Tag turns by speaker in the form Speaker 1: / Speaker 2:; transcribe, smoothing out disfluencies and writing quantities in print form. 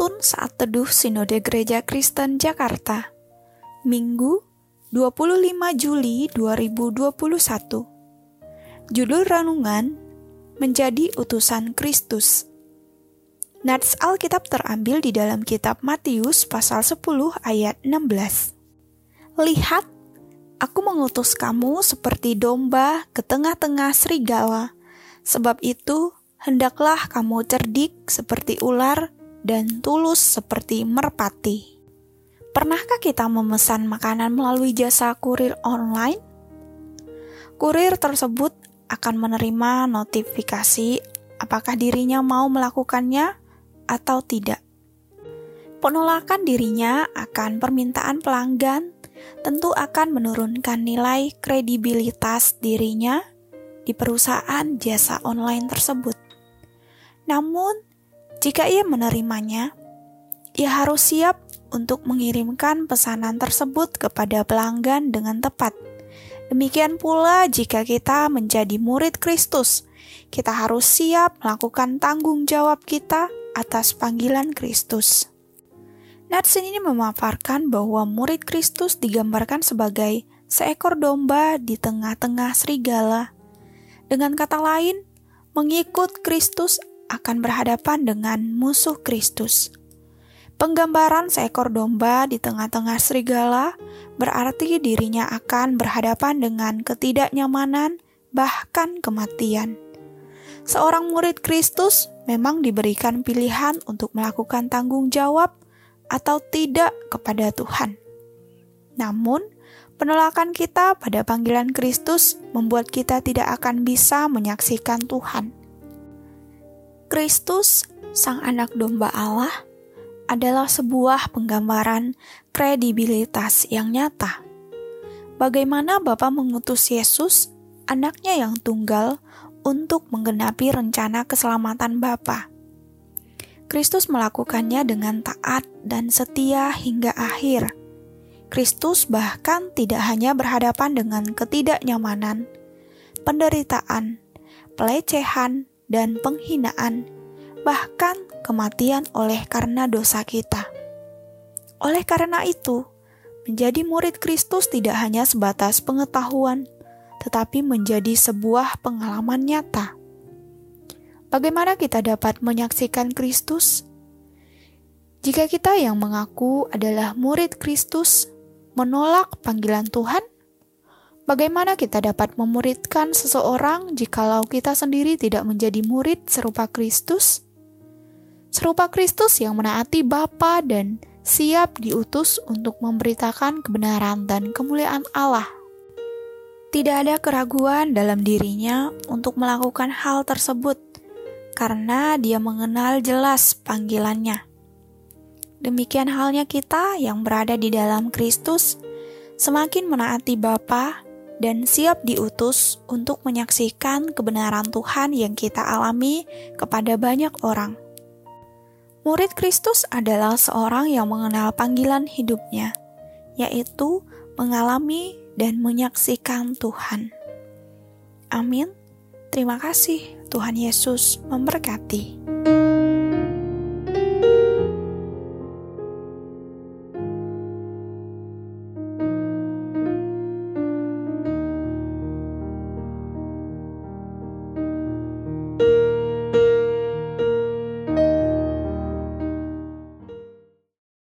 Speaker 1: Penuntun Saat Teduh Sinode Gereja Kristen Jakarta, Minggu 25 Juli 2021. Judul renungan, Menjadi Utusan Kristus. Nats Alkitab terambil di dalam kitab Matius pasal 10 ayat 16. Lihat, aku mengutus kamu seperti domba ke tengah-tengah serigala. Sebab itu, hendaklah kamu cerdik seperti ular dan tulus seperti merpati. Pernahkah kita memesan makanan melalui jasa kurir online? Kurir tersebut akan menerima notifikasi apakah dirinya mau melakukannya atau tidak. Penolakan dirinya akan permintaan pelanggan tentu akan menurunkan nilai kredibilitas dirinya di perusahaan jasa online tersebut. Namun, jika ia menerimanya, ia harus siap untuk mengirimkan pesanan tersebut kepada pelanggan dengan tepat. Demikian pula jika kita menjadi murid Kristus, kita harus siap melakukan tanggung jawab kita atas panggilan Kristus. Nats ini memaparkan bahwa murid Kristus digambarkan sebagai seekor domba di tengah-tengah serigala. Dengan kata lain, mengikut Kristus akan berhadapan dengan musuh Kristus. Penggambaran seekor domba di tengah-tengah serigala berarti dirinya akan berhadapan dengan ketidaknyamanan, bahkan kematian. Seorang murid Kristus memang diberikan pilihan untuk melakukan tanggung jawab atau tidak kepada Tuhan. Namun, penolakan kita pada panggilan Kristus membuat kita tidak akan bisa menyaksikan Tuhan. Kristus, Sang Anak Domba Allah, adalah sebuah penggambaran kredibilitas yang nyata. Bagaimana Bapa mengutus Yesus, anaknya yang tunggal, untuk menggenapi rencana keselamatan Bapa. Kristus melakukannya dengan taat dan setia hingga akhir. Kristus bahkan tidak hanya berhadapan dengan ketidaknyamanan, penderitaan, pelecehan, dan penghinaan, bahkan kematian oleh karena dosa kita. Oleh karena itu, menjadi murid Kristus tidak hanya sebatas pengetahuan, tetapi menjadi sebuah pengalaman nyata. Bagaimana kita dapat menyaksikan Kristus? Jika kita yang mengaku adalah murid Kristus menolak panggilan Tuhan, bagaimana kita dapat memuridkan seseorang jikalau kita sendiri tidak menjadi murid serupa Kristus? Serupa Kristus yang menaati Bapa dan siap diutus untuk memberitakan kebenaran dan kemuliaan Allah. Tidak ada keraguan dalam dirinya untuk melakukan hal tersebut, karena dia mengenal jelas panggilannya. Demikian halnya kita yang berada di dalam Kristus, semakin menaati Bapa dan siap diutus untuk menyaksikan kebenaran Tuhan yang kita alami kepada banyak orang. Murid Kristus adalah seorang yang mengenal panggilan hidupnya, yaitu mengalami dan menyaksikan Tuhan. Amin. Terima kasih, Tuhan Yesus memberkati.